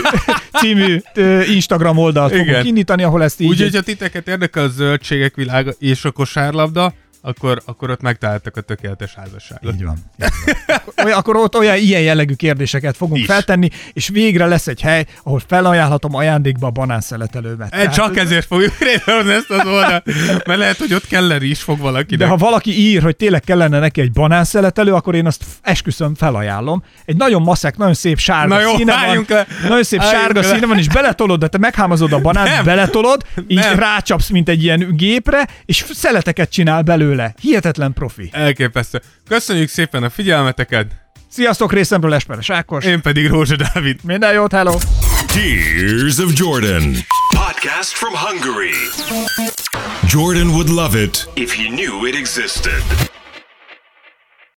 című Instagram oldalt fogunk indítani, ahol ezt így... Úgyhogy, ha titeket érdekel a zöldségek világa és a kosárlabda, akkor ott megtaláltak a tökéletes házasságot. Így van. Akkor ott ilyen jellegű kérdéseket fogunk feltenni, és végre lesz egy hely, ahol felajánlhatom ajándékba a banánszeletelőmet. Csak ezért fogjuk létrehozni ezt az oldalt, mert lehet, hogy ott kelleni is fog valakinek. De ha valaki ír, hogy tényleg kellene neki egy banánszeletelő, akkor én azt esküszöm, felajánlom. Egy nagyon maszek, nagyon szép sárga színe van. Nagyon szép sárga színe van, és beletolod, de te meghámozod a banánt, beletolod, így rácsapsz, mint egy ilyen gépre, és szeleteket csinál belőle. Hihetetlen profi. Elképesztő. Köszönjük szépen a figyelmeteket. Sziasztok, részemről Esperes Ákos. Én pedig Rózsa Dávid. Minden jót, hello! Tears of Jordan. Podcast from Hungary. Jordan would love it if he knew it existed.